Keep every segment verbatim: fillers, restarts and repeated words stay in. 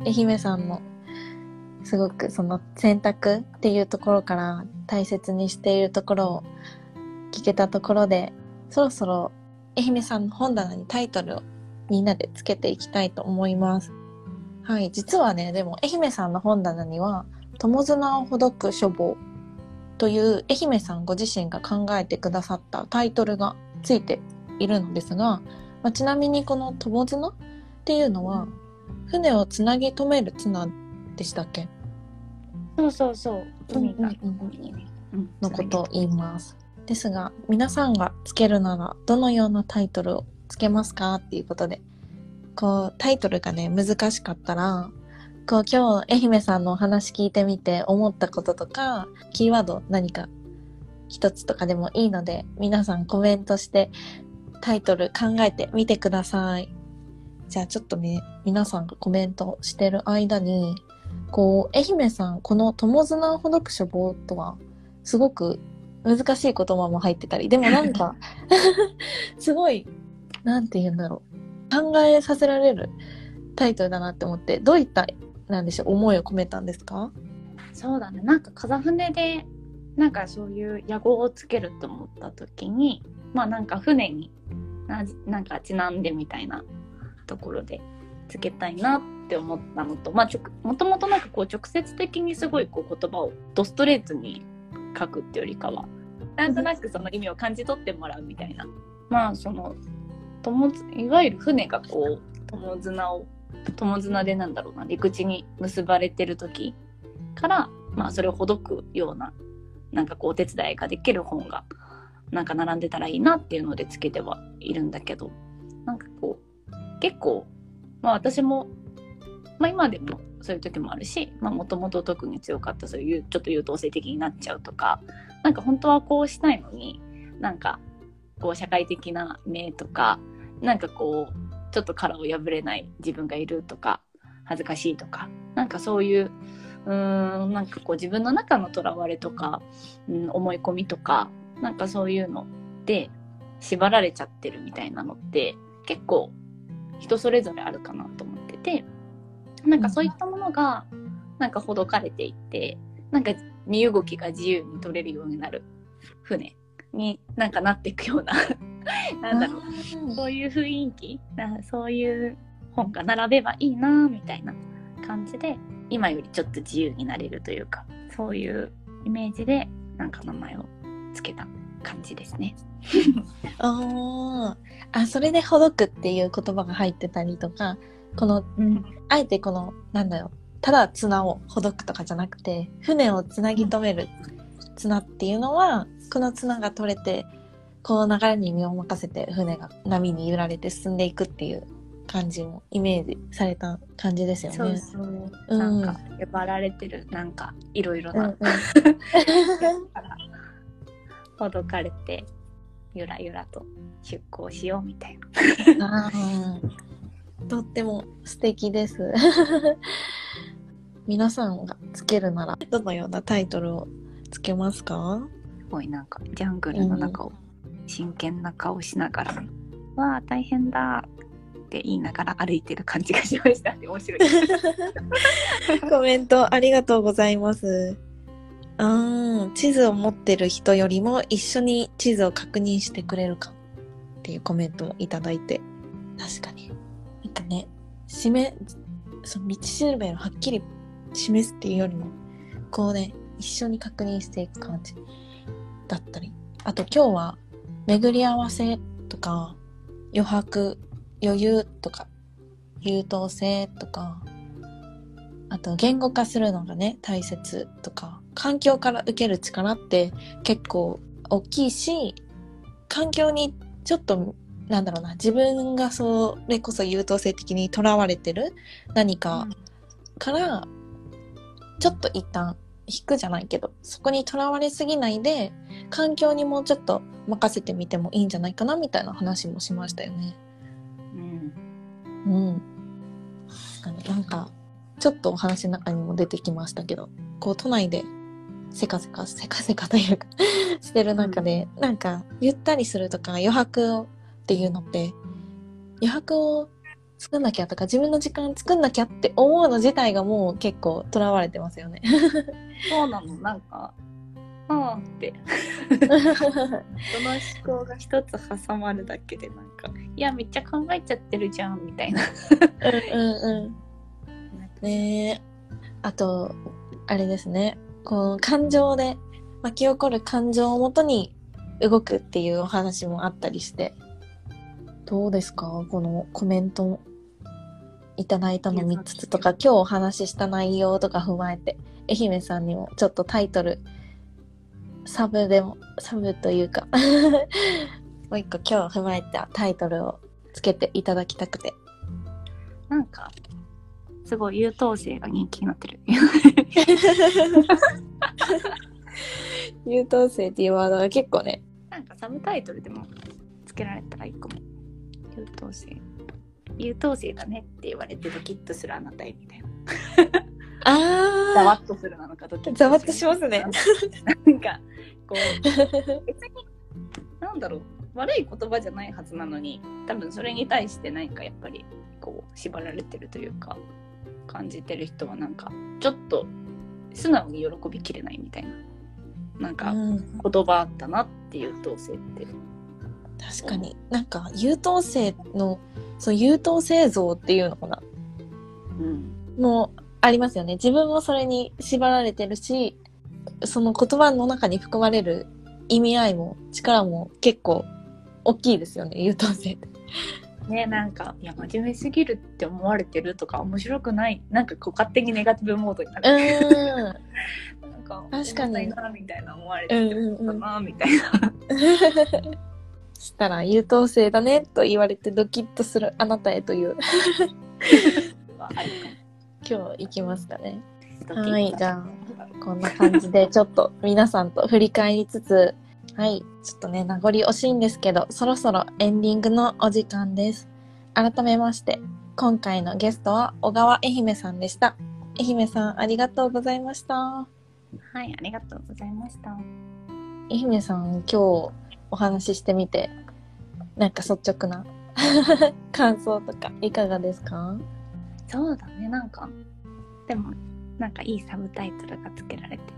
愛媛さんのすごくその選択っていうところから大切にしているところを聞けたところで、そろそろ愛媛さんの本棚にタイトルをみんなでつけていきたいと思います。はい、実はね、でも愛媛さんの本棚には友綱をほどく書房という愛媛さんご自身が考えてくださったタイトルがついているのですが、まあ、ちなみにこの友綱っていうのは船をつなぎ止める綱でしたっけ？ そうそうそう、海が、 うんうんうん、 のことを言います。ですが、皆さんがつけるならどのようなタイトルをつけますかっていうことで、こうタイトルがね難しかったら、こう今日愛媛さんのお話聞いてみて思ったこととか、キーワード何か一つとかでもいいので、皆さんコメントしてタイトル考えてみてください。じゃあちょっとね、皆さんがコメントしてる間に、こう愛媛さんこの友綱をほどく書房とはすごく難しい言葉も入ってたり、でもなんかすごいなんて言うんだろう、考えさせられるタイトルだなって思って、どういったなんでしょう思いを込めたんですか？ そうだね、なんか風船でなんかそういう屋号をつけると思った時に、まあなんか船にななんかちなんでみたいなところでつけたいなって思ったのと、まあちょもともとなんかこう直接的にすごいこう言葉をドストレートに書くってよりかは、なんとなくその意味を感じ取ってもらうみたいな、まあその友いわゆる船がこう友綱を友綱でなんだろうな、陸地に結ばれてる時から、まあそれをほどくようななんかこうお手伝いができる本がなんか並んでたらいいなっていうのでつけてはいるんだけど、なんかこう結構まあ私もまあ今でもそういう時もあるし、まあもともと特に強かったそういうちょっと優等生的になっちゃうとか、なんか本当はこうしたいのになんかこう社会的な目とか、なんかこうちょっと殻を破れない自分がいるとか恥ずかしいとか、なんかそういううーんなんかこう自分の中のとらわれとか、うん、思い込みとか、なんかそういうので縛られちゃってるみたいなのって結構人それぞれあるかなと思ってて、なんかそういったものがなんかほどかれていって、なんか身動きが自由に取れるようになる船になんかなっていくようななんだろう、そういう雰囲気、そういう本が並べばいいなみたいな感じで、今よりちょっと自由になれるというか、そういうイメージでなんか名前をつけた感じですね。 ああ、それでほどくっていう言葉が入ってたりとか、この、うん、あえてこのなんだよ、ただ綱をほどくとかじゃなくて、船をつなぎ止める綱っていうのは、この綱が取れてこう流れに身を任せて船が波に揺られて進んでいくっていう感じもイメージされた感じですよね。 そうそう、うん、なんか縛られてるなんかいろいろな、うんうん、ほどかれてゆらゆらと出航しようみたいなあとっても素敵です皆さんがつけるならどのようなタイトルをつけますか？ すごいなんかジャングルの中を真剣な顔しながら、うん、わあ大変だって言いながら歩いてる感じがしましたね。面白いコメントありがとうございます。あー、地図を持ってる人よりも一緒に地図を確認してくれるかっていうコメントもいただいて、確かになんかね、示その道しるべをはっきり示すっていうよりもこうね、一緒に確認していく感じだったり、あと今日は巡り合わせとか余白、余裕とか優等生とか、あと言語化するのがね大切とか、環境から受ける力って結構大きいし、環境にちょっとなんだろうな、自分がそれこそ優等生的にとらわれてる何かからちょっと一旦引くじゃないけど、そこにとらわれすぎないで環境にもうちょっと任せてみてもいいんじゃないかなみたいな話もしましたよね。うんうん。なんかちょっとお話の中にも出てきましたけど、こう都内でせかせかせかせかというかしてる中で、うん、なんかゆったりするとか余白っていうのって、余白を作んなきゃとか自分の時間作んなきゃって思うの自体がもう結構とらわれてますよね。 そうなの、なんかああってその思考が一つ挟まるだけでなんかいやめっちゃ考えちゃってるじゃんみたいなうんうんうんねえ、あとあれですね、この感情で巻き起こる感情をもとに動くっていうお話もあったりして、どうですかこのコメントいただいたのみっつとか、今日お話しした内容とか踏まえて愛媛さんにもちょっとタイトルサブでもサブというかもう一個今日踏まえたタイトルをつけていただきたくて。 なんかすごい優等生が人気になってる優等生っていうワードが結構ね、 なんかサブタイトルでもつけられたらいいかも。優等生優等生だねって言われてドキッとするあなたへみたいな。 あざわっとするなのかドキッとするざわっとしますね。 なんかこう別になんだろう悪い言葉じゃないはずなのに多分それに対して何かやっぱりこう縛られてるというか感じてる人はなんかちょっと素直に喜びきれないみたいななんか言葉あったなっていう優等生って。 確かになんか優等生のそう優等生像っていうのかな、うん、もうありますよね。自分もそれに縛られてるし、その言葉の中に含まれる意味合いも力も結構大きいですよね、優等生ってね。なんかいや真面目すぎるって思われてるとか面白くないなんかこう勝手にネガティブモードになるうんなんか確かになみたいな思われてるのかな、うんうんうん、みたいなしたら優等生だねと言われてドキッとするあなたへという今日行きますかね。はい、じゃあこんな感じでちょっと皆さんと振り返りつつ、はいちょっとね名残惜しいんですけどそろそろエンディングのお時間です。改めまして今回のゲストは小川愛媛さんでした。愛媛さんありがとうございました。はい、ありがとうございました。 愛媛さん今日お話ししてみてなんか率直な感想とかいかがですか？ そうだね、なんかでもなんかいいサブタイトルがつけられて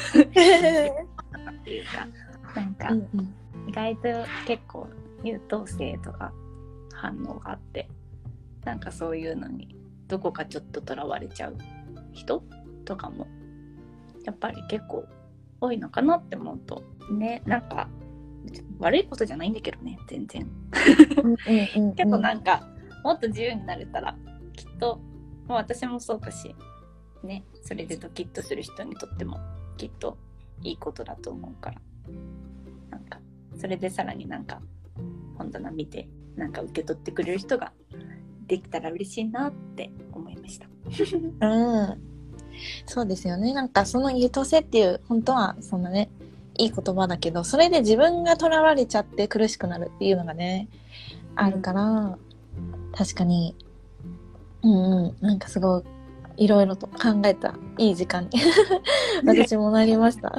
っていうかなんか、うんうん、意外と結構優等生とか反応があってなんかそういうのにどこかちょっととらわれちゃう人とかもやっぱり結構多いのかなって思うとね、なんか悪いことじゃないんだけどね全然けどなんかもっと自由になれたらきっともう私もそうだしね、それでドキッとする人にとってもきっといいことだと思うからなんかそれでさらになんか本棚見てなんか受け取ってくれる人ができたら嬉しいなって思いましたうんそうですよね。なんかその優等生っていう本当はそんなねいい言葉だけどそれで自分がとらわれちゃって苦しくなるっていうのがねあるから、うん、確かにうんうんなんかすごいいろいろと考えたいい時間に私もなりました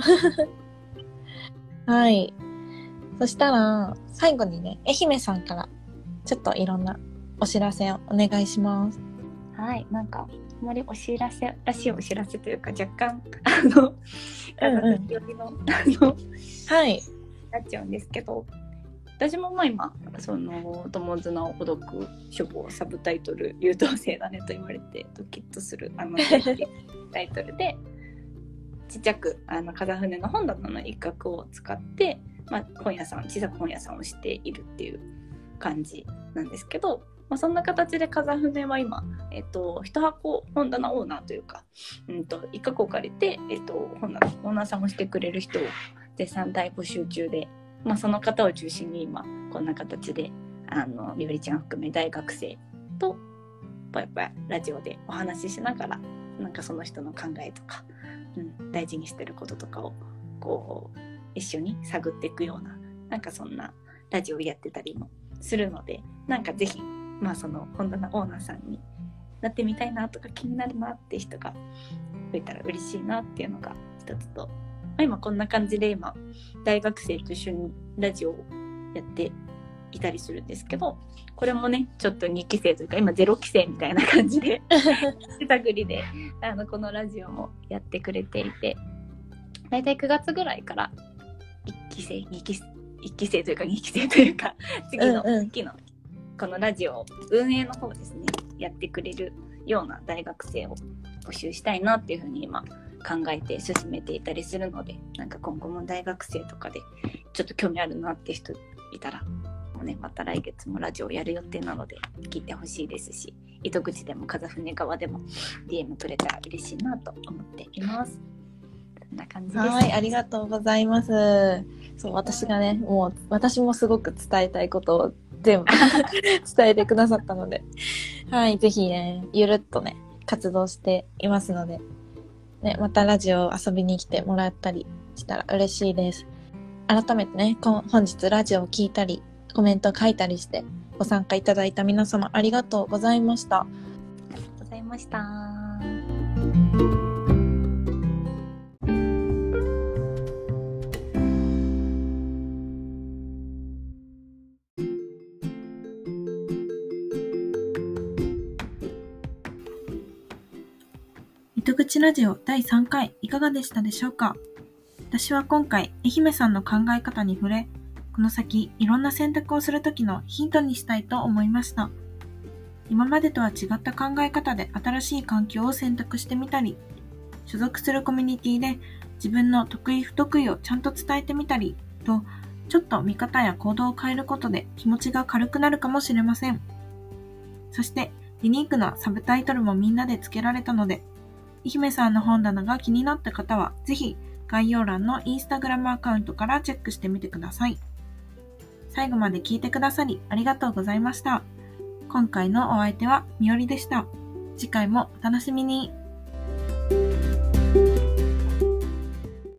はいそしたら最後にね愛媛さんからちょっといろんなお知らせをお願いします。 はい、なんかあまりお知らせらしいお知らせというか若干あの形寄りの、うんうん、あのはいなっちゃうんですけど私もまあ今その友綱をほどく書房サブタイトル優等生だねと言われてドキッとするあのタイトルでちっちゃくあの風船の本棚の一角を使って、まあ、本屋さん小さく本屋さんをしているっていう感じなんですけど、まあ、そんな形で風船は今、えっと、一箱本棚オーナーというか、うんと、一角を借りて、えっと、本棚オーナーさんをしてくれる人を絶賛大募集中で、まあ、その方を中心に今こんな形であのみおりちゃん含め大学生とやっぱラジオでお話ししながらなんかその人の考えとか、うん、大事にしてることとかをこう一緒に探っていくようななんかそんなラジオやってたりもするのでなんかぜひ、まあ、その本棚オーナーさんになってみたいなとか気になるなって人が増えたら嬉しいなっていうのが一つと今こんな感じで今大学生と一緒にラジオをやっていたりするんですけど、これもねちょっとにき生というか今ゼロき生みたいな感じで手探りであのこのラジオもやってくれていて、だいたいくがつぐらいからいっき生にきいっき生というかにき生というか次の期のこのラジオ運営の方ですねやってくれるような大学生を募集したいなっていうふうに今考えて進めていたりするので、なんか今後も大学生とかでちょっと興味あるなって人いたらもうね、また来月もラジオをやる予定なので聞いてほしいですし、糸口でも風船側でも ディーエム くれたら嬉しいなと思っています。そんな感じです。 はい、ありがとうございます。そう、私がね、もう私もすごく伝えたいことを全部伝えてくださったので、はい、ぜひね、ゆるっとね、活動していますので、ね、またラジオ遊びに来てもらったりしたら嬉しいです。改めてね、本日ラジオを聞いたり、コメント書いたりしてご参加いただいた皆様ありがとうございました。 ありがとうございました。 糸口ラジオだいさんかいいかがでしたでしょうか。私は今回愛媛さんの考え方に触れ、この先いろんな選択をするときのヒントにしたいと思いました。今までとは違った考え方で新しい環境を選択してみたり、所属するコミュニティで自分の得意不得意をちゃんと伝えてみたりと、ちょっと見方や行動を変えることで気持ちが軽くなるかもしれません。そしてユニークなサブタイトルもみんなで付けられたので、愛媛さんの本棚が気になった方はぜひ概要欄のインスタグラムアカウントからチェックしてみてください。最後まで聞いてくださりありがとうございました。今回のお相手はみおりでした。次回もお楽しみに。